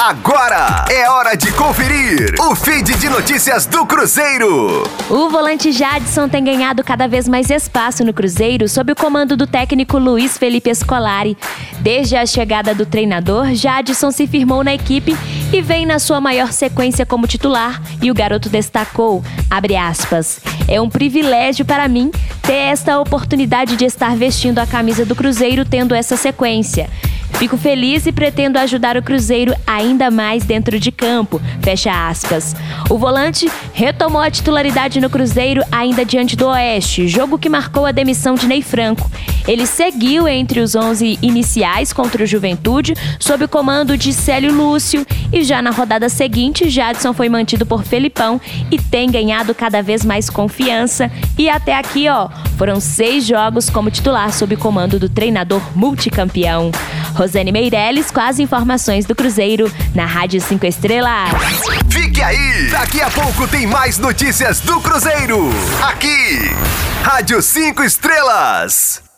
Agora é hora de conferir o feed de notícias do Cruzeiro. O volante Jadson tem ganhado cada vez mais espaço no Cruzeiro sob o comando do técnico Luiz Felipe Scolari. Desde a chegada do treinador, Jadson se firmou na equipe e vem na sua maior sequência como titular, e o garoto destacou, abre aspas, é um privilégio para mim ter esta oportunidade de estar vestindo a camisa do Cruzeiro tendo essa sequência. Fico feliz e pretendo ajudar o Cruzeiro ainda mais dentro de campo, fecha aspas. O volante retomou a titularidade no Cruzeiro ainda diante do Oeste, jogo que marcou a demissão de Ney Franco. Ele seguiu entre os 11 iniciais contra o Juventude, sob o comando de Célio Lúcio, e já na rodada seguinte, Jadson foi mantido por Felipão e tem ganhado cada vez mais confiança. E até aqui, foram 6 jogos como titular sob o comando do treinador multicampeão. Rosane Meirelles com as informações do Cruzeiro na Rádio 5 Estrelas. Fique aí! Daqui a pouco tem mais notícias do Cruzeiro. Aqui, Rádio 5 Estrelas.